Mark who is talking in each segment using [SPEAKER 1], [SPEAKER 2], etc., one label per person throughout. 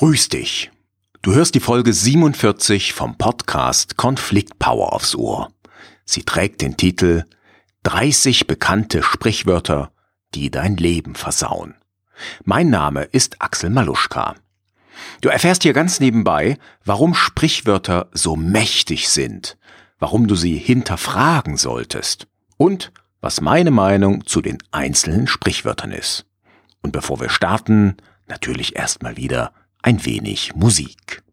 [SPEAKER 1] Grüß dich. Du hörst die Folge 47 vom Podcast Konfliktpower aufs Ohr. Sie trägt den Titel 30 bekannte Sprichwörter, die dein Leben versauen. Mein Name ist Axel Maluschka. Du erfährst hier ganz nebenbei, warum Sprichwörter so mächtig sind, warum du sie hinterfragen solltest und was meine Meinung zu den einzelnen Sprichwörtern ist. Und bevor wir starten, natürlich erstmal wieder ein wenig Musik.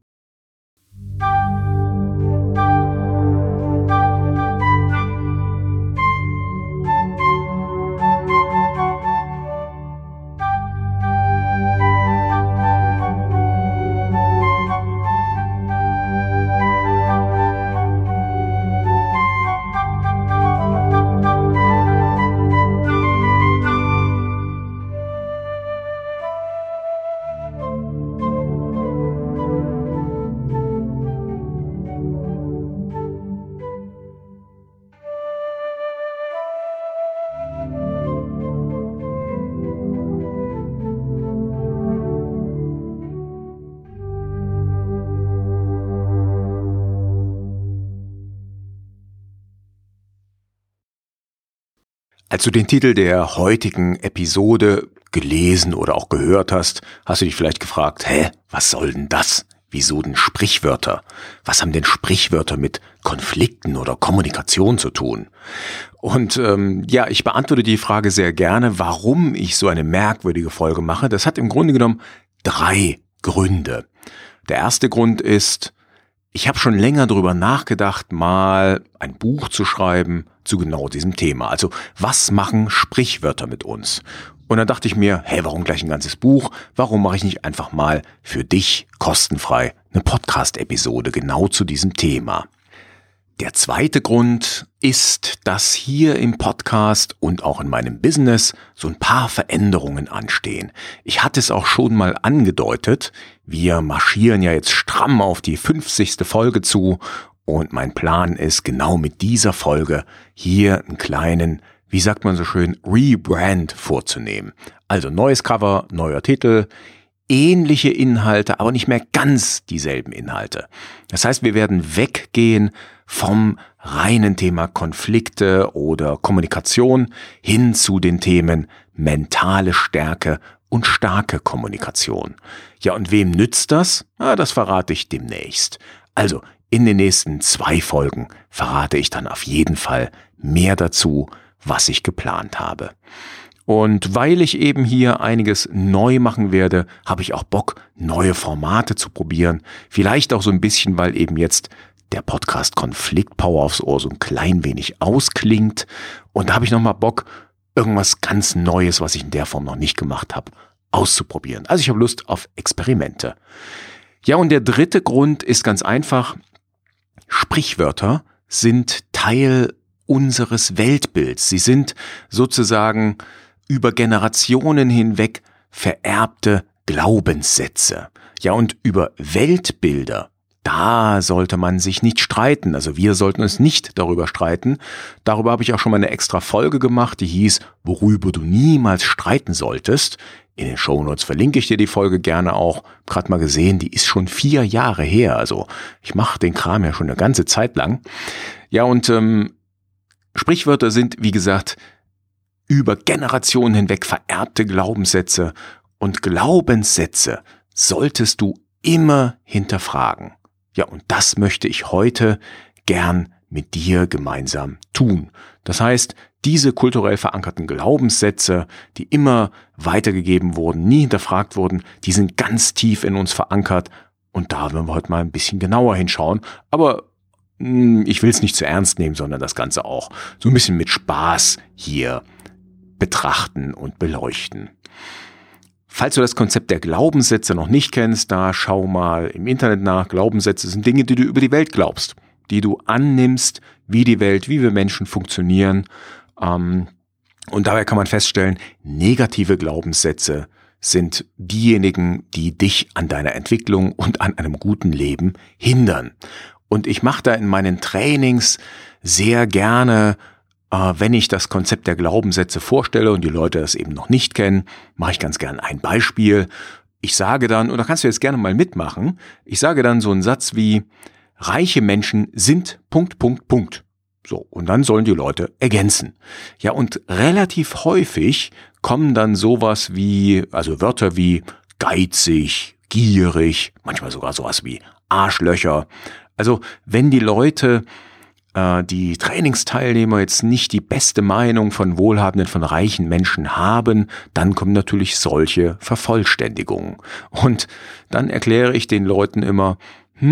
[SPEAKER 1] Als du den Titel der heutigen Episode gelesen oder auch gehört hast, hast du dich vielleicht gefragt, was soll denn das? Wieso denn Sprichwörter? Was haben denn Sprichwörter mit Konflikten oder Kommunikation zu tun? Und ich beantworte die Frage sehr gerne, warum ich so eine merkwürdige Folge mache. Das hat im Grunde genommen 3 Gründe. Der erste Grund ist, ich habe schon länger darüber nachgedacht, mal ein Buch zu schreiben zu genau diesem Thema. Also, was machen Sprichwörter mit uns? Und dann dachte ich mir, warum gleich ein ganzes Buch? Warum mache ich nicht einfach mal für dich kostenfrei eine Podcast-Episode genau zu diesem Thema? Der zweite Grund ist, dass hier im Podcast und auch in meinem Business so ein paar Veränderungen anstehen. Ich hatte es auch schon mal angedeutet. Wir marschieren ja jetzt stramm auf die 50. Folge zu und mein Plan ist, genau mit dieser Folge hier einen kleinen, wie sagt man so schön, Rebrand vorzunehmen. Also neues Cover, neuer Titel, ähnliche Inhalte, aber nicht mehr ganz dieselben Inhalte. Das heißt, wir werden weggehen vom reinen Thema Konflikte oder Kommunikation hin zu den Themen mentale Stärke und starke Kommunikation. Ja, und wem nützt das? Das verrate ich demnächst. Also, in den nächsten 2 Folgen verrate ich dann auf jeden Fall mehr dazu, was ich geplant habe. Und weil ich eben hier einiges neu machen werde, habe ich auch Bock, neue Formate zu probieren. Vielleicht auch so ein bisschen, weil eben jetzt der Podcast Konfliktpower aufs Ohr so ein klein wenig ausklingt. Und da habe ich nochmal Bock, irgendwas ganz Neues, was ich in der Form noch nicht gemacht habe, auszuprobieren. Also ich habe Lust auf Experimente. Ja, und der dritte Grund ist ganz einfach. Sprichwörter sind Teil unseres Weltbilds. Sie sind sozusagen über Generationen hinweg vererbte Glaubenssätze. Ja, und über Weltbilder, da sollte man sich nicht streiten. Also wir sollten uns nicht darüber streiten. Darüber habe ich auch schon mal eine extra Folge gemacht, die hieß, worüber du niemals streiten solltest. In den Shownotes verlinke ich dir die Folge gerne auch. Gerade mal gesehen, die ist schon 4 Jahre her. Also ich mache den Kram ja schon eine ganze Zeit lang. Ja, und Sprichwörter sind, wie gesagt, über Generationen hinweg vererbte Glaubenssätze. Und Glaubenssätze solltest du immer hinterfragen. Ja, und das möchte ich heute gern mit dir gemeinsam tun. Das heißt, diese kulturell verankerten Glaubenssätze, die immer weitergegeben wurden, nie hinterfragt wurden, die sind ganz tief in uns verankert. Und da werden wir heute mal ein bisschen genauer hinschauen. Aber ich will es nicht zu ernst nehmen, sondern das Ganze auch so ein bisschen mit Spaß hier betrachten und beleuchten. Falls du das Konzept der Glaubenssätze noch nicht kennst, da schau mal im Internet nach. Glaubenssätze sind Dinge, die du über die Welt glaubst, die du annimmst, wie die Welt, wie wir Menschen funktionieren. Und dabei kann man feststellen, negative Glaubenssätze sind diejenigen, die dich an deiner Entwicklung und an einem guten Leben hindern. Und ich mache da in meinen Trainings sehr gerne, wenn ich das Konzept der Glaubenssätze vorstelle und die Leute das eben noch nicht kennen, mache ich ganz gern ein Beispiel. ich sage dann, und da kannst du jetzt gerne mal mitmachen, ich sage dann so einen Satz wie, reiche Menschen sind ... So, und dann sollen die Leute ergänzen. Ja, und relativ häufig kommen dann sowas wie, also Wörter wie geizig, gierig, manchmal sogar sowas wie Arschlöcher. Also wenn die Leute, die Trainingsteilnehmer jetzt nicht die beste Meinung von wohlhabenden, von reichen Menschen haben, dann kommen natürlich solche Vervollständigungen. Und dann erkläre ich den Leuten immer,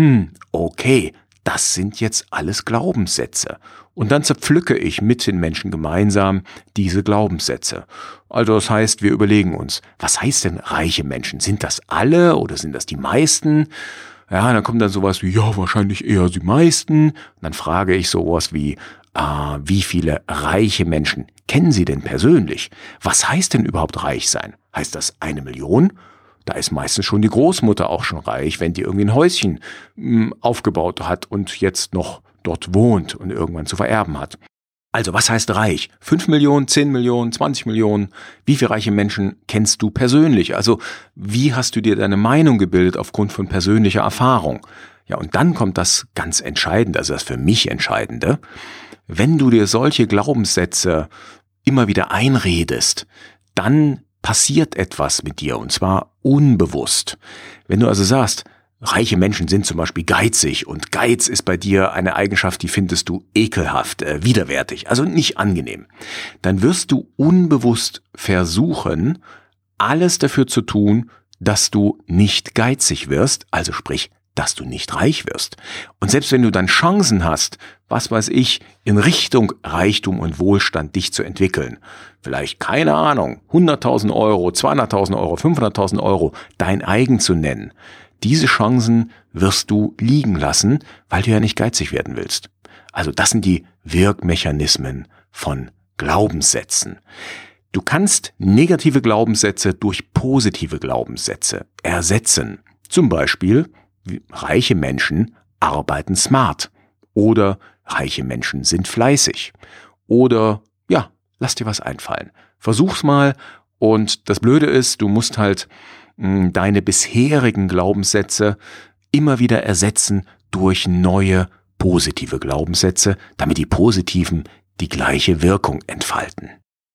[SPEAKER 1] okay, das sind jetzt alles Glaubenssätze. Und dann zerpflücke ich mit den Menschen gemeinsam diese Glaubenssätze. Also das heißt, wir überlegen uns, was heißt denn reiche Menschen? Sind das alle oder sind das die meisten? Ja, dann kommt dann sowas wie, ja, wahrscheinlich eher die meisten. Und dann frage ich sowas wie, wie viele reiche Menschen kennen Sie denn persönlich? Was heißt denn überhaupt reich sein? Heißt das 1 Million? Da ist meistens schon die Großmutter auch schon reich, wenn die irgendwie ein Häuschen aufgebaut hat und jetzt noch dort wohnt und irgendwann zu vererben hat. Also was heißt reich? 5 Millionen, 10 Millionen, 20 Millionen? Wie viele reiche Menschen kennst du persönlich? Also wie hast du dir deine Meinung gebildet aufgrund von persönlicher Erfahrung? Ja, und dann kommt das ganz Entscheidende, also das für mich Entscheidende. Wenn du dir solche Glaubenssätze immer wieder einredest, dann passiert etwas mit dir, und zwar unbewusst. Wenn du also sagst, reiche Menschen sind zum Beispiel geizig und Geiz ist bei dir eine Eigenschaft, die findest du ekelhaft, widerwärtig, also nicht angenehm, dann wirst du unbewusst versuchen, alles dafür zu tun, dass du nicht geizig wirst, also sprich, dass du nicht reich wirst. Und selbst wenn du dann Chancen hast, was weiß ich, in Richtung Reichtum und Wohlstand dich zu entwickeln, vielleicht, keine Ahnung, 100.000 Euro, 200.000 Euro, 500.000 Euro dein eigen zu nennen, diese Chancen wirst du liegen lassen, weil du ja nicht geizig werden willst. Also das sind die Wirkmechanismen von Glaubenssätzen. Du kannst negative Glaubenssätze durch positive Glaubenssätze ersetzen. Zum Beispiel, reiche Menschen arbeiten smart oder reiche Menschen sind fleißig oder ja, lass dir was einfallen. Versuch's mal, und das Blöde ist, du musst halt deine bisherigen Glaubenssätze immer wieder ersetzen durch neue positive Glaubenssätze, damit die positiven die gleiche Wirkung entfalten.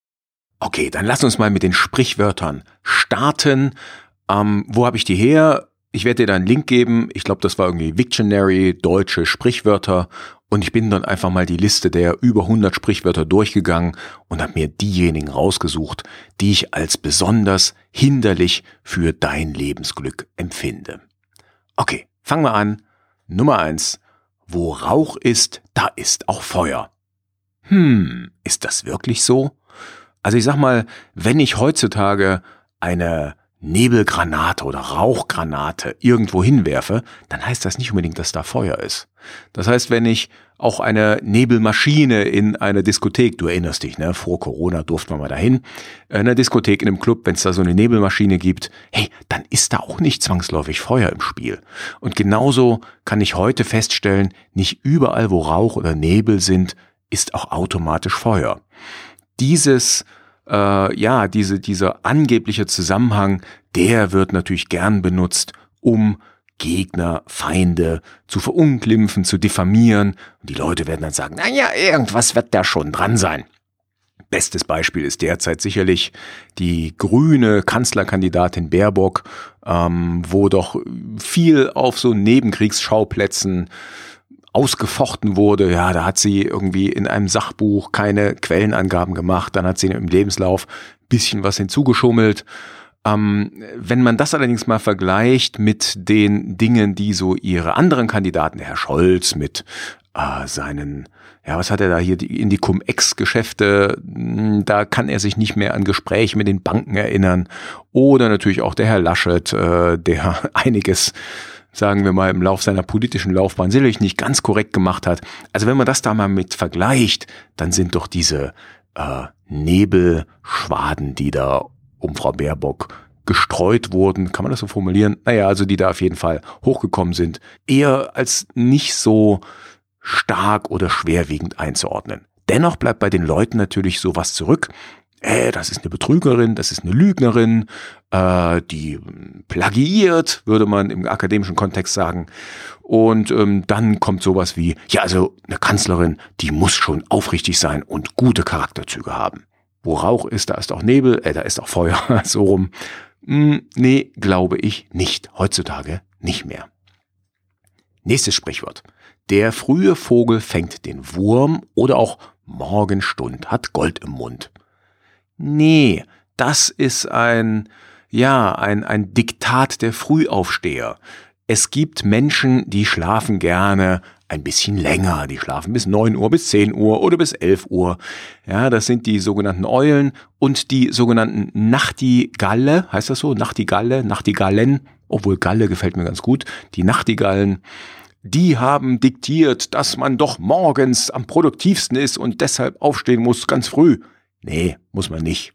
[SPEAKER 1] Okay, dann lass uns mal mit den Sprichwörtern starten. Wo habe ich die her? Ich werde dir da einen Link geben. Ich glaube, das war irgendwie Wiktionary, deutsche Sprichwörter. Und ich bin dann einfach mal die Liste der über 100 Sprichwörter durchgegangen und habe mir diejenigen rausgesucht, die ich als besonders hinderlich für dein Lebensglück empfinde. Okay, fangen wir an. Nummer 1. Wo Rauch ist, da ist auch Feuer. Ist das wirklich so? Also ich sag mal, wenn ich heutzutage eine Nebelgranate oder Rauchgranate irgendwo hinwerfe, dann heißt das nicht unbedingt, dass da Feuer ist. Das heißt, wenn ich auch eine Nebelmaschine in einer Diskothek, du erinnerst dich, ne, vor Corona durften wir mal dahin, in einer Diskothek, in einem Club, wenn es da so eine Nebelmaschine gibt, hey, dann ist da auch nicht zwangsläufig Feuer im Spiel. Und genauso kann ich heute feststellen, nicht überall, wo Rauch oder Nebel sind, ist auch automatisch Feuer. Dieser angebliche Zusammenhang, der wird natürlich gern benutzt, um Gegner, Feinde zu verunglimpfen, zu diffamieren. Und die Leute werden dann sagen, naja, irgendwas wird da schon dran sein. Bestes Beispiel ist derzeit sicherlich die grüne Kanzlerkandidatin Baerbock, wo doch viel auf so Nebenkriegsschauplätzen ausgefochten wurde. Ja, da hat sie irgendwie in einem Sachbuch keine Quellenangaben gemacht, dann hat sie im Lebenslauf ein bisschen was hinzugeschummelt. Wenn man das allerdings mal vergleicht mit den Dingen, die so ihre anderen Kandidaten, Herr Scholz mit seinen, ja, was hat er da hier, in die Cum-Ex-Geschäfte, da kann er sich nicht mehr an Gespräche mit den Banken erinnern. Oder natürlich auch der Herr Laschet, der einiges, sagen wir mal, im Lauf seiner politischen Laufbahn sicherlich nicht ganz korrekt gemacht hat. Also wenn man das da mal mit vergleicht, dann sind doch diese Nebelschwaden, die da um Frau Baerbock gestreut wurden, kann man das so formulieren? Naja, also die da auf jeden Fall hochgekommen sind, eher als nicht so stark oder schwerwiegend einzuordnen. Dennoch bleibt bei den Leuten natürlich sowas zurück. das ist eine Betrügerin, das ist eine Lügnerin, die plagiiert, würde man im akademischen Kontext sagen. Und dann kommt sowas wie, ja, also eine Kanzlerin, die muss schon aufrichtig sein und gute Charakterzüge haben. Wo Rauch ist, da ist auch Nebel, da ist auch Feuer, so rum. Nee, glaube ich nicht. Heutzutage nicht mehr. Nächstes Sprichwort. Der frühe Vogel fängt den Wurm oder auch Morgenstund hat Gold im Mund. Nee, das ist ein Diktat der Frühaufsteher. Es gibt Menschen, die schlafen gerne ein bisschen länger. Die schlafen bis 9 Uhr, bis 10 Uhr oder bis 11 Uhr. Ja, das sind die sogenannten Eulen und die sogenannten Nachtigalle. Heißt das so? Nachtigallen. Obwohl Galle gefällt mir ganz gut. Die Nachtigallen, die haben diktiert, dass man doch morgens am produktivsten ist und deshalb aufstehen muss ganz früh. Nee, muss man nicht.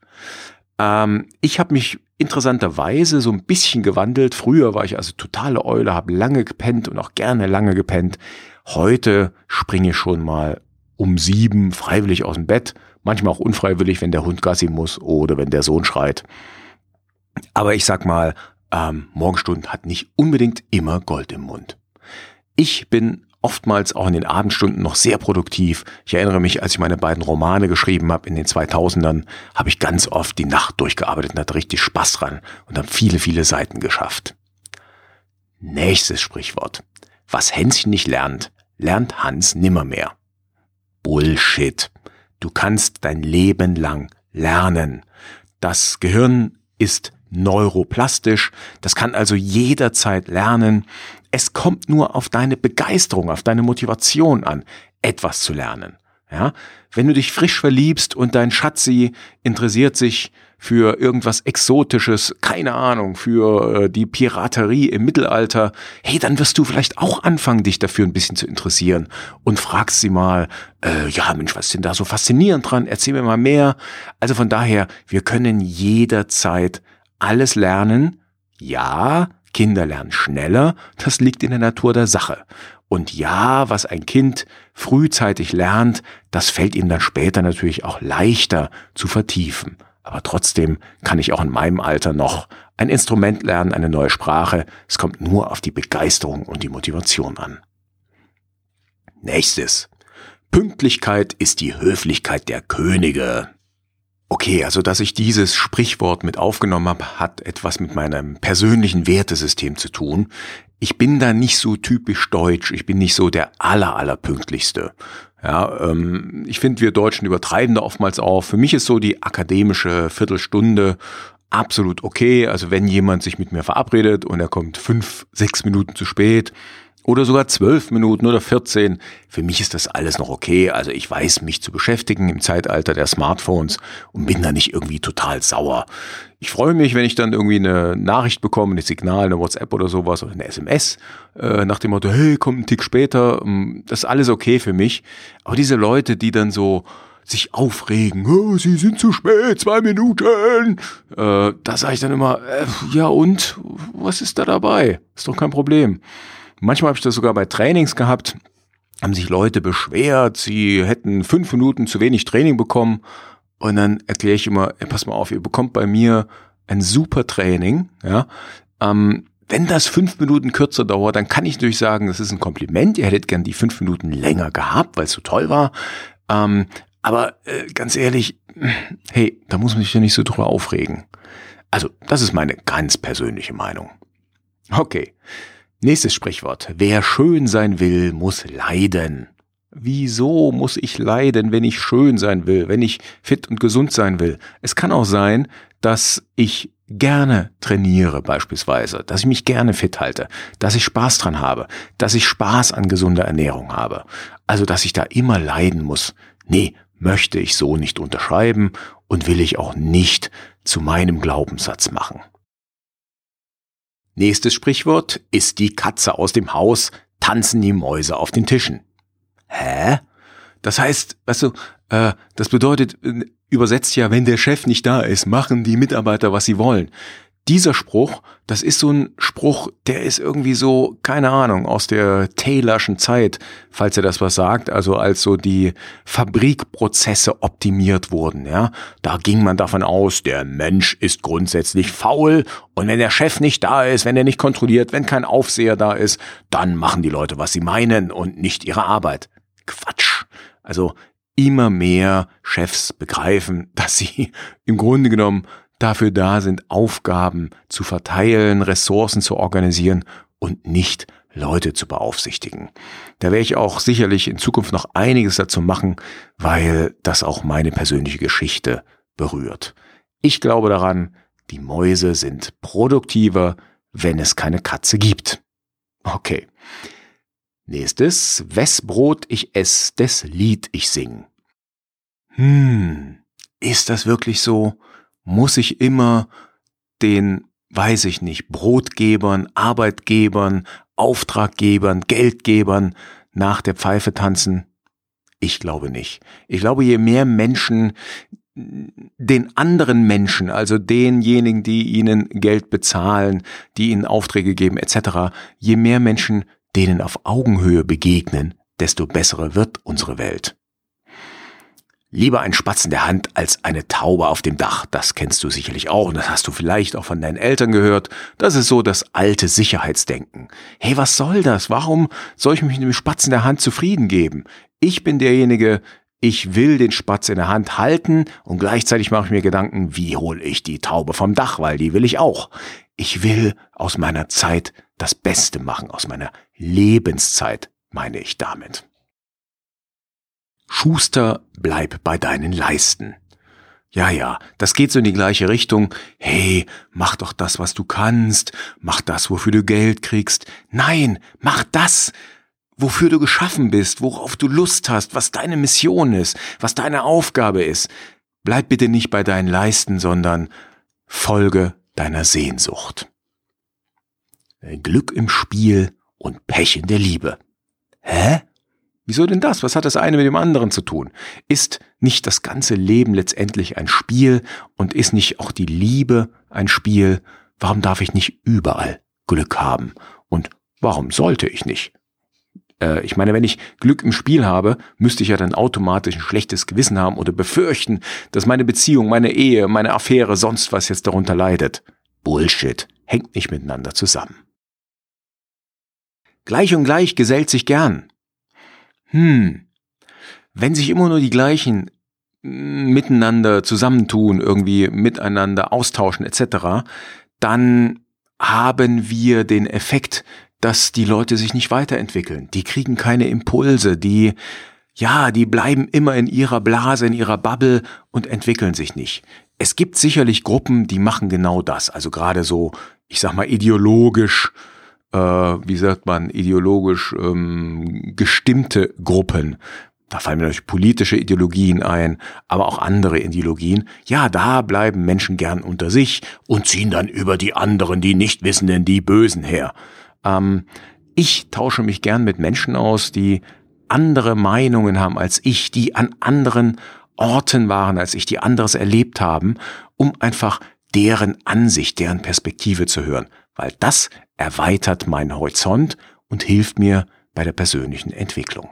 [SPEAKER 1] Ich habe mich interessanterweise so ein bisschen gewandelt. Früher war ich also totale Eule, habe lange gepennt und auch gerne lange gepennt. Heute springe ich schon mal um 7 freiwillig aus dem Bett. Manchmal auch unfreiwillig, wenn der Hund Gassi muss oder wenn der Sohn schreit. Aber ich sag mal, Morgenstund hat nicht unbedingt immer Gold im Mund. Ich bin oftmals auch in den Abendstunden noch sehr produktiv. Ich erinnere mich, als ich meine beiden Romane geschrieben habe in den 2000ern, habe ich ganz oft die Nacht durchgearbeitet und hatte richtig Spaß dran und habe viele, viele Seiten geschafft. Nächstes Sprichwort. Was Hänschen nicht lernt, lernt Hans nimmermehr. Bullshit. Du kannst dein Leben lang lernen. Das Gehirn ist neuroplastisch, das kann also jederzeit lernen. Es kommt nur auf deine Begeisterung, auf deine Motivation an, etwas zu lernen. Ja? Wenn du dich frisch verliebst und dein Schatzi interessiert sich für irgendwas Exotisches, keine Ahnung, für die Piraterie im Mittelalter, hey, dann wirst du vielleicht auch anfangen, dich dafür ein bisschen zu interessieren und fragst sie mal, ja Mensch, was ist denn da so faszinierend dran? Erzähl mir mal mehr. Also von daher, wir können jederzeit alles lernen. Ja, Kinder lernen schneller, das liegt in der Natur der Sache. Und ja, was ein Kind frühzeitig lernt, das fällt ihm dann später natürlich auch leichter zu vertiefen. Aber trotzdem kann ich auch in meinem Alter noch ein Instrument lernen, eine neue Sprache. Es kommt nur auf die Begeisterung und die Motivation an. Nächstes. Pünktlichkeit ist die Höflichkeit der Könige. Okay, also dass ich dieses Sprichwort mit aufgenommen habe, hat etwas mit meinem persönlichen Wertesystem zu tun. Ich bin da nicht so typisch deutsch, ich bin nicht so der allerpünktlichste. Ja, ich finde, wir Deutschen übertreiben da oftmals auch. Für mich ist so die akademische Viertelstunde absolut okay. Also wenn jemand sich mit mir verabredet und er kommt 5-6 Minuten zu spät, oder sogar 12 Minuten oder 14. Für mich ist das alles noch okay. Also ich weiß, mich zu beschäftigen im Zeitalter der Smartphones und bin da nicht irgendwie total sauer. Ich freue mich, wenn ich dann irgendwie eine Nachricht bekomme, ein Signal, eine WhatsApp oder sowas oder eine SMS, nach dem Motto, hey, komm einen Tick später. Das ist alles okay für mich. Aber diese Leute, die dann so sich aufregen, oh, sie sind zu spät, 2 Minuten. Da sage ich dann immer, ja und, was ist da dabei? Ist doch kein Problem. Manchmal habe ich das sogar bei Trainings gehabt, haben sich Leute beschwert, sie hätten 5 Minuten zu wenig Training bekommen und dann erkläre ich immer, pass mal auf, ihr bekommt bei mir ein super Training, ja. Wenn das 5 Minuten kürzer dauert, dann kann ich natürlich sagen, das ist ein Kompliment, ihr hättet gern die 5 Minuten länger gehabt, weil es so toll war, aber ganz ehrlich, hey, da muss man sich ja nicht so drüber aufregen. Also, das ist meine ganz persönliche Meinung. Okay. Nächstes Sprichwort. Wer schön sein will, muss leiden. Wieso muss ich leiden, wenn ich schön sein will, wenn ich fit und gesund sein will? Es kann auch sein, dass ich gerne trainiere beispielsweise, dass ich mich gerne fit halte, dass ich Spaß dran habe, dass ich Spaß an gesunder Ernährung habe. Also, dass ich da immer leiden muss. Nee, möchte ich so nicht unterschreiben und will ich auch nicht zu meinem Glaubenssatz machen. Nächstes Sprichwort, ist die Katze aus dem Haus, tanzen die Mäuse auf den Tischen. Hä? Das heißt, weißt du, das bedeutet, übersetzt ja, wenn der Chef nicht da ist, machen die Mitarbeiter, was sie wollen. dieser Spruch, das ist so ein Spruch, der ist irgendwie so, keine Ahnung, aus der Taylorschen Zeit, falls er das was sagt, also als so die Fabrikprozesse optimiert wurden, ja. Da ging man davon aus, der Mensch ist grundsätzlich faul und wenn der Chef nicht da ist, wenn er nicht kontrolliert, wenn kein Aufseher da ist, dann machen die Leute, was sie meinen und nicht ihre Arbeit. Quatsch. Also immer mehr Chefs begreifen, dass sie im Grunde genommen dafür da sind, Aufgaben zu verteilen, Ressourcen zu organisieren und nicht Leute zu beaufsichtigen. Da werde ich auch sicherlich in Zukunft noch einiges dazu machen, weil das auch meine persönliche Geschichte berührt. Ich glaube daran, die Mäuse sind produktiver, wenn es keine Katze gibt. Okay. Nächstes, wes Brot ich ess, des Lied ich sing. Ist das wirklich so? Muss ich immer den, weiß ich nicht, Brotgebern, Arbeitgebern, Auftraggebern, Geldgebern nach der Pfeife tanzen? Ich glaube nicht. Ich glaube, je mehr Menschen den anderen Menschen, also denjenigen, die ihnen Geld bezahlen, die ihnen Aufträge geben etc., je mehr Menschen denen auf Augenhöhe begegnen, desto bessere wird unsere Welt. Lieber ein Spatz in der Hand als eine Taube auf dem Dach. Das kennst du sicherlich auch und das hast du vielleicht auch von deinen Eltern gehört. Das ist so das alte Sicherheitsdenken. Hey, was soll das? Warum soll ich mich mit dem Spatz in der Hand zufrieden geben? Ich bin derjenige, ich will den Spatz in der Hand halten und gleichzeitig mache ich mir Gedanken, wie hole ich die Taube vom Dach, weil die will ich auch. Ich will aus meiner Zeit das Beste machen, aus meiner Lebenszeit, meine ich damit. Schuster, bleib bei deinen Leisten. Ja, das geht so in die gleiche Richtung. Hey, mach doch das, was du kannst. Mach das, wofür du Geld kriegst. Nein, mach das, wofür du geschaffen bist, worauf du Lust hast, was deine Mission ist, was deine Aufgabe ist. Bleib bitte nicht bei deinen Leisten, sondern folge deiner Sehnsucht. Glück im Spiel und Pech in der Liebe. Hä? Wieso denn das? Was hat das eine mit dem anderen zu tun? Ist nicht das ganze Leben letztendlich ein Spiel und ist nicht auch die Liebe ein Spiel? Warum darf ich nicht überall Glück haben? Und warum sollte ich nicht? Ich meine, wenn ich Glück im Spiel habe, müsste ich ja dann automatisch ein schlechtes Gewissen haben oder befürchten, dass meine Beziehung, meine Ehe, meine Affäre, sonst was jetzt darunter leidet. Bullshit, hängt nicht miteinander zusammen. Gleich und gleich gesellt sich gern. Wenn sich immer nur die gleichen miteinander zusammentun, irgendwie miteinander austauschen etc., dann haben wir den Effekt, dass die Leute sich nicht weiterentwickeln. Die kriegen keine Impulse, die bleiben immer in ihrer Blase, in ihrer Bubble und entwickeln sich nicht. Es gibt sicherlich Gruppen, die machen genau das. Also gerade so, ich sag mal, ideologisch gestimmte Gruppen. Da fallen mir natürlich politische Ideologien ein, aber auch andere Ideologien. Ja, da bleiben Menschen gern unter sich und ziehen dann über die anderen, die Nichtwissenden, die Bösen her. Ich tausche mich gern mit Menschen aus, die andere Meinungen haben als ich, die an anderen Orten waren als ich, die anderes erlebt haben, um einfach deren Ansicht, deren Perspektive zu hören. Weil das erweitert meinen Horizont und hilft mir bei der persönlichen Entwicklung.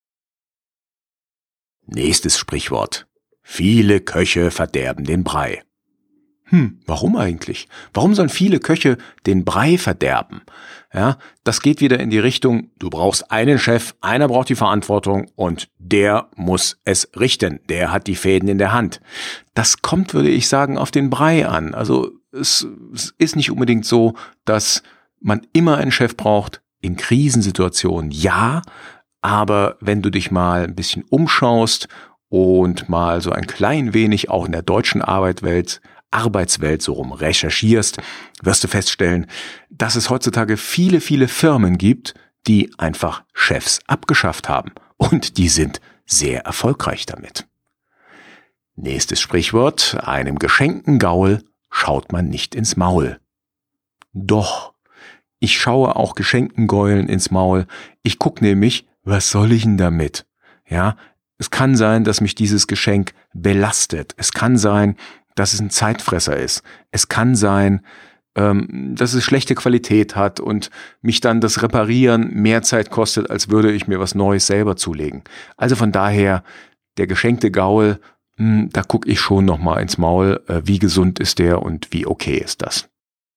[SPEAKER 1] Nächstes Sprichwort. Viele Köche verderben den Brei. Warum eigentlich? Warum sollen viele Köche den Brei verderben? Ja, das geht wieder in die Richtung, du brauchst einen Chef, einer braucht die Verantwortung und der muss es richten, der hat die Fäden in der Hand. Das kommt, würde ich sagen, auf den Brei an. Also es ist nicht unbedingt so, dass man immer einen Chef braucht. In Krisensituationen ja, aber wenn du dich mal ein bisschen umschaust und mal so ein klein wenig auch in der deutschen Arbeitswelt so rum recherchierst, wirst du feststellen, dass es heutzutage viele, viele Firmen gibt, die einfach Chefs abgeschafft haben. Und die sind sehr erfolgreich damit. Nächstes Sprichwort. Einem geschenkten Gaul schaut man nicht ins Maul. Doch, ich schaue auch geschenkten Gäulen ins Maul. Ich gucke nämlich, was soll ich denn damit? Ja, es kann sein, dass mich dieses Geschenk belastet. Es kann sein, dass es ein Zeitfresser ist. Es kann sein, dass es schlechte Qualität hat und mich dann das Reparieren mehr Zeit kostet, als würde ich mir was Neues selber zulegen. Also von daher, der geschenkte Gaul, da gucke ich schon nochmal ins Maul, wie gesund ist der und wie okay ist das.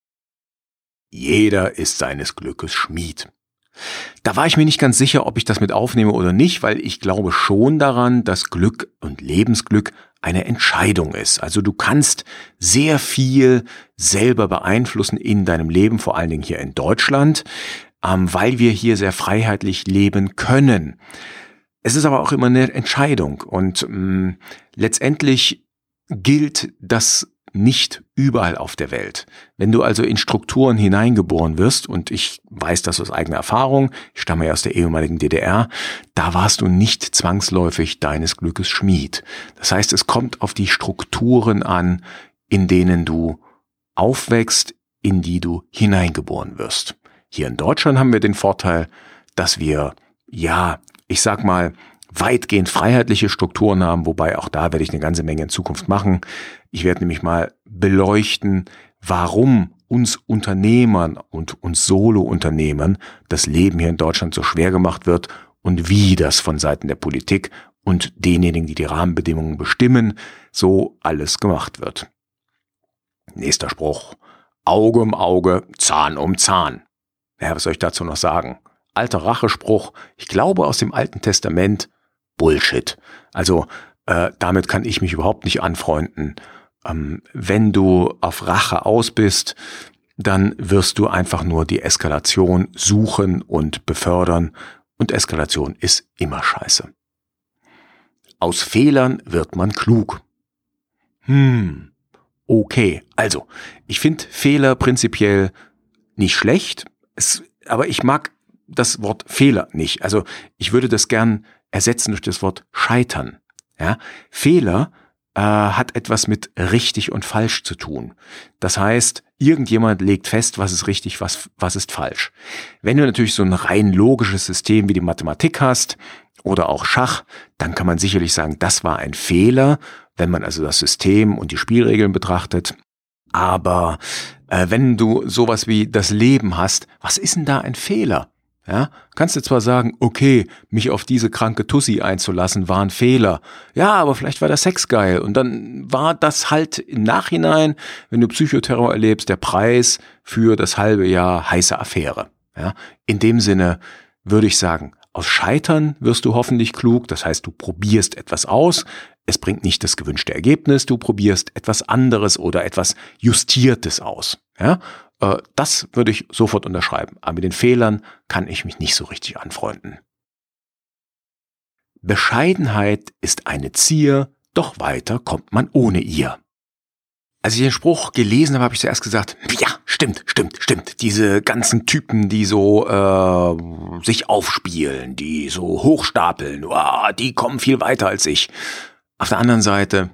[SPEAKER 1] Jeder ist seines Glückes Schmied. Da war ich mir nicht ganz sicher, ob ich das mit aufnehme oder nicht, weil ich glaube schon daran, dass Glück und Lebensglück eine Entscheidung ist. Also du kannst sehr viel selber beeinflussen in deinem Leben, vor allen Dingen hier in Deutschland, weil wir hier sehr freiheitlich leben können. Es ist aber auch immer eine Entscheidung und letztendlich gilt das nicht überall auf der Welt. Wenn du also in Strukturen hineingeboren wirst, und ich weiß das aus eigener Erfahrung, ich stamme ja aus der ehemaligen DDR, da warst du nicht zwangsläufig deines Glückes Schmied. Das heißt, es kommt auf die Strukturen an, in denen du aufwächst, in die du hineingeboren wirst. Hier in Deutschland haben wir den Vorteil, dass wir, ich sag mal, weitgehend freiheitliche Strukturen haben, wobei auch da werde ich eine ganze Menge in Zukunft machen. Ich werde nämlich mal beleuchten, warum uns Unternehmern und uns Solo-Unternehmern das Leben hier in Deutschland so schwer gemacht wird und wie das von Seiten der Politik und denjenigen, die die Rahmenbedingungen bestimmen, so alles gemacht wird. Nächster Spruch: Auge um Auge, Zahn um Zahn. Ja, was soll ich dazu noch sagen? Alter Rachespruch, ich glaube aus dem Alten Testament, Bullshit. Also damit kann ich mich überhaupt nicht anfreunden. Wenn du auf Rache aus bist, dann wirst du einfach nur die Eskalation suchen und befördern. Und Eskalation ist immer scheiße. Aus Fehlern wird man klug. Okay, also ich finde Fehler prinzipiell nicht schlecht, aber ich mag das Wort Fehler nicht. Also ich würde das gern ersetzen durch das Wort Scheitern. Ja? Fehler hat etwas mit richtig und falsch zu tun. Das heißt, irgendjemand legt fest, was ist richtig, was ist falsch. Wenn du natürlich so ein rein logisches System wie die Mathematik hast oder auch Schach, dann kann man sicherlich sagen, das war ein Fehler, wenn man also das System und die Spielregeln betrachtet. Aber wenn du sowas wie das Leben hast, was ist denn da ein Fehler? Ja, kannst du zwar sagen, okay, mich auf diese kranke Tussi einzulassen, war ein Fehler. Ja, aber vielleicht war der Sex geil. Und dann war das halt im Nachhinein, wenn du Psychoterror erlebst, der Preis für das halbe Jahr heiße Affäre. Ja, in dem Sinne würde ich sagen, aus Scheitern wirst du hoffentlich klug. Das heißt, du probierst etwas aus. Es bringt nicht das gewünschte Ergebnis. Du probierst etwas anderes oder etwas Justiertes aus. Ja, das würde ich sofort unterschreiben. Aber mit den Fehlern kann ich mich nicht so richtig anfreunden. Bescheidenheit ist eine Zier, doch weiter kommt man ohne ihr. Als ich den Spruch gelesen habe, habe ich zuerst gesagt, ja, stimmt. Diese ganzen Typen, die so sich aufspielen, die so hochstapeln, die kommen viel weiter als ich. Auf der anderen Seite,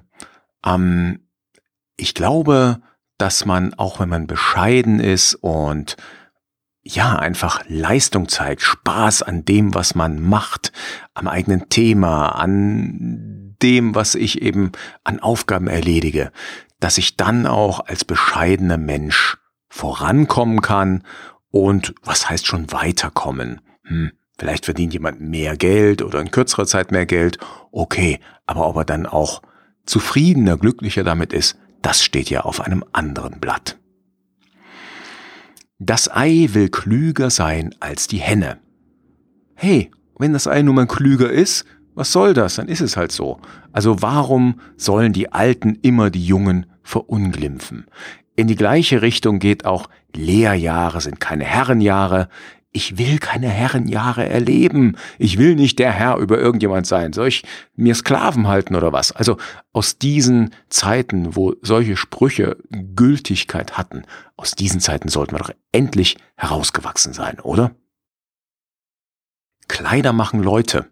[SPEAKER 1] ich glaube, dass man, auch wenn man bescheiden ist und einfach Leistung zeigt, Spaß an dem, was man macht, am eigenen Thema, an dem, was ich eben an Aufgaben erledige, dass ich dann auch als bescheidener Mensch vorankommen kann und was heißt schon weiterkommen? Vielleicht verdient jemand mehr Geld oder in kürzerer Zeit mehr Geld, okay, aber ob er dann auch zufriedener, glücklicher damit ist, das steht ja auf einem anderen Blatt. Das Ei will klüger sein als die Henne. Hey, wenn das Ei nun mal klüger ist, was soll das? Dann ist es halt so. Also warum sollen die Alten immer die Jungen verunglimpfen? In die gleiche Richtung geht auch, Lehrjahre sind keine Herrenjahre. Ich will keine Herrenjahre erleben. Ich will nicht der Herr über irgendjemand sein. Soll ich mir Sklaven halten oder was? Also aus diesen Zeiten, wo solche Sprüche Gültigkeit hatten, aus diesen Zeiten sollten wir doch endlich herausgewachsen sein, oder? Kleider machen Leute.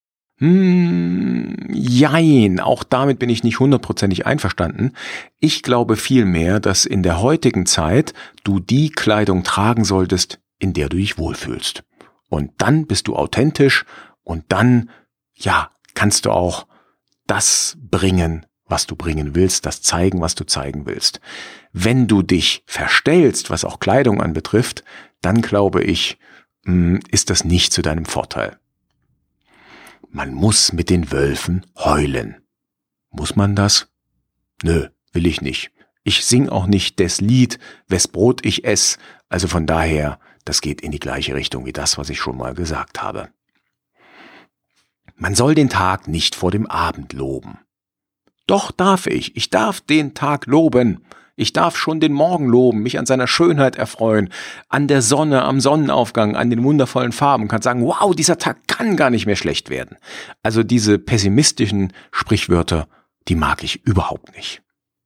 [SPEAKER 1] Jein, auch damit bin ich nicht 100% einverstanden. Ich glaube vielmehr, dass in der heutigen Zeit du die Kleidung tragen solltest, in der du dich wohlfühlst. Und dann bist du authentisch und dann, kannst du auch das bringen, was du bringen willst, das zeigen, was du zeigen willst. wenn du dich verstellst, was auch Kleidung anbetrifft, dann glaube ich, ist das nicht zu deinem Vorteil. Man muss mit den Wölfen heulen. Muss man das? Nö, will ich nicht. Ich sing auch nicht das Lied, wes Brot ich ess. Also von daher, das geht in die gleiche Richtung wie das, was ich schon mal gesagt habe. Man soll den Tag nicht vor dem Abend loben. Doch darf ich. Ich darf den Tag loben. Ich darf schon den Morgen loben, mich an seiner Schönheit erfreuen, an der Sonne, am Sonnenaufgang, an den wundervollen Farben, kann sagen, wow, dieser Tag kann gar nicht mehr schlecht werden. Also diese pessimistischen Sprichwörter, die mag ich überhaupt nicht.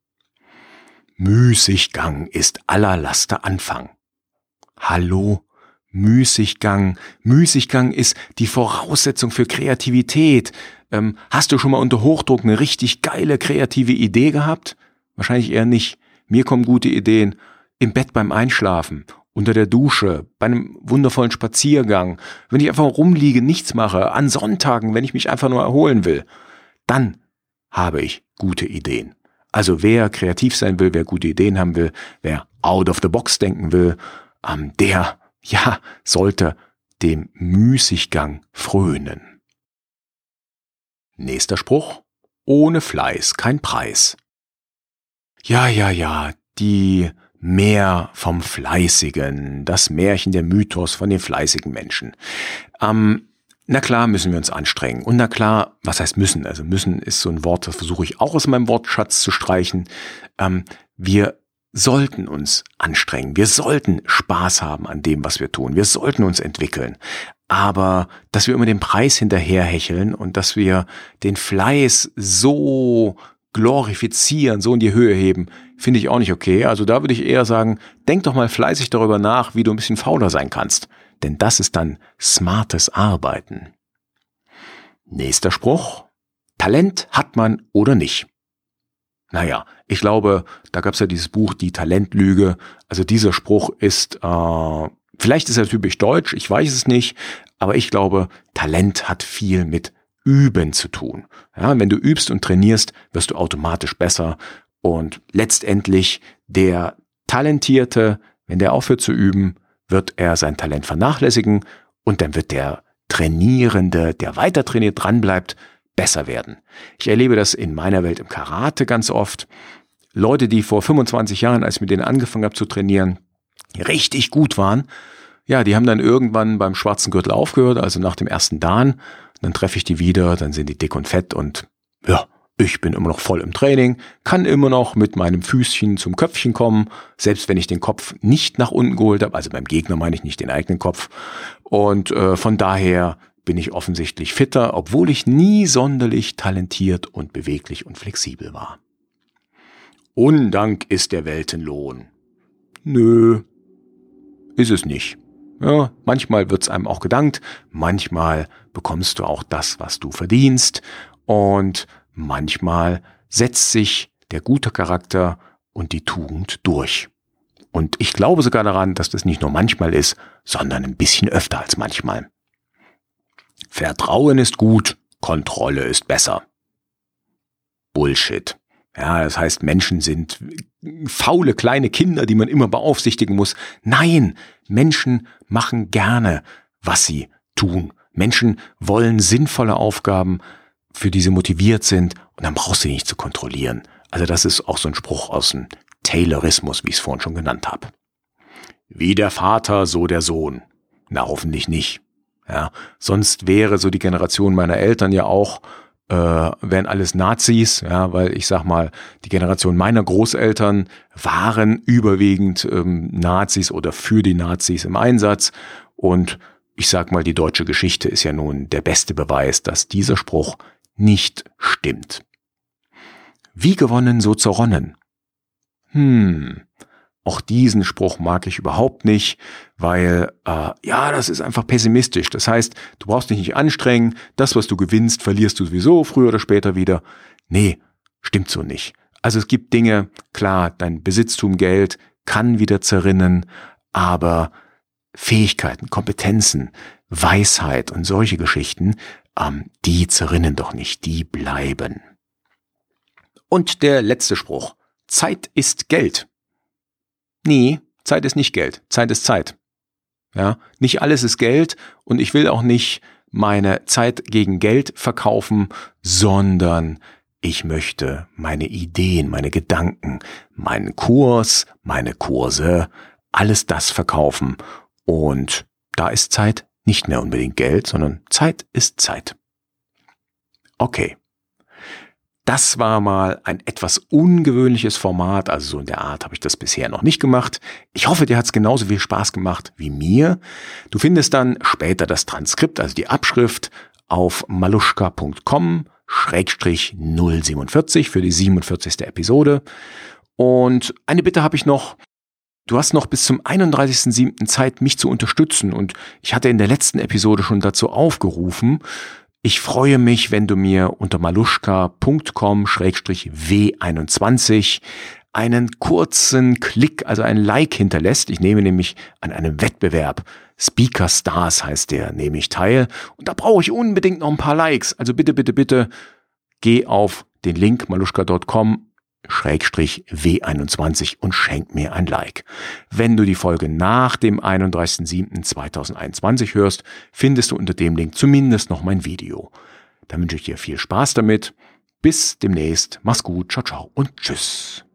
[SPEAKER 1] Müßiggang ist aller Laster Anfang. Hallo? Müßiggang. Müßiggang ist die Voraussetzung für Kreativität. Hast du schon mal unter Hochdruck eine richtig geile kreative Idee gehabt? Wahrscheinlich eher nicht. Mir kommen gute Ideen im Bett beim Einschlafen, unter der Dusche, bei einem wundervollen Spaziergang, wenn ich einfach rumliege, nichts mache, an Sonntagen, wenn ich mich einfach nur erholen will. Dann habe ich gute Ideen. Also wer kreativ sein will, wer gute Ideen haben will, wer out of the box denken will, der sollte dem Müßiggang frönen. Nächster Spruch. Ohne Fleiß kein Preis. Ja, die Mär vom Fleißigen, das Märchen, der Mythos von den fleißigen Menschen. Na klar müssen wir uns anstrengen. Und na klar, was heißt müssen? Also müssen ist so ein Wort, das versuche ich auch aus meinem Wortschatz zu streichen. Wir sollten uns anstrengen. Wir sollten Spaß haben an dem, was wir tun. Wir sollten uns entwickeln. Aber dass wir immer den Preis hinterherhecheln und dass wir den Fleiß so glorifizieren, so in die Höhe heben, finde ich auch nicht okay. Also da würde ich eher sagen, denk doch mal fleißig darüber nach, wie du ein bisschen fauler sein kannst. Denn das ist dann smartes Arbeiten. Nächster Spruch. Talent hat man oder nicht. Naja, ich glaube, da gab es ja dieses Buch Die Talentlüge. Also dieser Spruch ist, vielleicht ist er typisch deutsch, ich weiß es nicht, aber ich glaube, Talent hat viel mit Üben zu tun. Ja, wenn du übst und trainierst, wirst du automatisch besser. Und letztendlich der Talentierte, wenn der aufhört zu üben, wird er sein Talent vernachlässigen und dann wird der Trainierende, der weiter trainiert, dranbleibt, besser werden. Ich erlebe das in meiner Welt im Karate ganz oft. Leute, die vor 25 Jahren, als ich mit denen angefangen habe zu trainieren, richtig gut waren, ja, die haben dann irgendwann beim schwarzen Gürtel aufgehört, also nach dem ersten Dan. Dann treffe ich die wieder, dann sind die dick und fett und ja, ich bin immer noch voll im Training, kann immer noch mit meinem Füßchen zum Köpfchen kommen, selbst wenn ich den Kopf nicht nach unten geholt habe, also beim Gegner meine ich nicht den eigenen Kopf. Und von daher bin ich offensichtlich fitter, obwohl ich nie sonderlich talentiert und beweglich und flexibel war. Undank ist der Weltenlohn. Nö, ist es nicht. Ja, manchmal wird's einem auch gedankt, manchmal bekommst du auch das, was du verdienst und manchmal setzt sich der gute Charakter und die Tugend durch. Und ich glaube sogar daran, dass das nicht nur manchmal ist, sondern ein bisschen öfter als manchmal. Vertrauen ist gut, Kontrolle ist besser. Bullshit. Ja, das heißt, Menschen sind faule kleine Kinder, die man immer beaufsichtigen muss. Nein, Menschen machen gerne, was sie tun. Menschen wollen sinnvolle Aufgaben, für die sie motiviert sind und dann brauchst du die nicht zu kontrollieren. Also das ist auch so ein Spruch aus dem Taylorismus, wie ich es vorhin schon genannt habe. Wie der Vater, so der Sohn. Na, hoffentlich nicht. Ja, sonst wäre so die Generation meiner Eltern ja auch wären alles Nazis, ja, weil ich sag mal, die Generation meiner Großeltern waren überwiegend Nazis oder für die Nazis im Einsatz und ich sag mal, die deutsche Geschichte ist ja nun der beste Beweis, dass dieser Spruch nicht stimmt. Wie gewonnen, so zerronnen. Auch diesen Spruch mag ich überhaupt nicht, weil, das ist einfach pessimistisch. Das heißt, du brauchst dich nicht anstrengen, das, was du gewinnst, verlierst du sowieso früher oder später wieder. Nee, stimmt so nicht. Also es gibt Dinge, klar, dein Besitztum, Geld kann wieder zerrinnen, aber Fähigkeiten, Kompetenzen, Weisheit und solche Geschichten, die zerrinnen doch nicht, die bleiben. Und der letzte Spruch. Zeit ist Geld. Nee, Zeit ist nicht Geld. Zeit ist Zeit. Ja, nicht alles ist Geld und ich will auch nicht meine Zeit gegen Geld verkaufen, sondern ich möchte meine Ideen, meine Gedanken, meinen Kurs, meine Kurse, alles das verkaufen. Und da ist Zeit nicht mehr unbedingt Geld, sondern Zeit ist Zeit. Okay. Das war mal ein etwas ungewöhnliches Format, also so in der Art habe ich das bisher noch nicht gemacht. Ich hoffe, dir hat es genauso viel Spaß gemacht wie mir. Du findest dann später das Transkript, also die Abschrift, auf maluschka.com/047 für die 47. Episode. Und eine Bitte habe ich noch. Du hast noch bis zum 31.07. Zeit, mich zu unterstützen. Und ich hatte in der letzten Episode schon dazu aufgerufen. Ich freue mich, wenn du mir unter maluschka.com/W21 einen kurzen Klick, also ein Like hinterlässt. Ich nehme nämlich an einem Wettbewerb, Speaker Stars heißt der, nehme ich teil. Und da brauche ich unbedingt noch ein paar Likes. Also bitte, bitte, bitte geh auf den Link maluschka.com/W21 und schenk mir ein Like. Wenn du die Folge nach dem 31.07.2021 hörst, findest du unter dem Link zumindest noch mein Video. Dann wünsche ich dir viel Spaß damit. Bis demnächst. Mach's gut. Ciao, ciao und tschüss.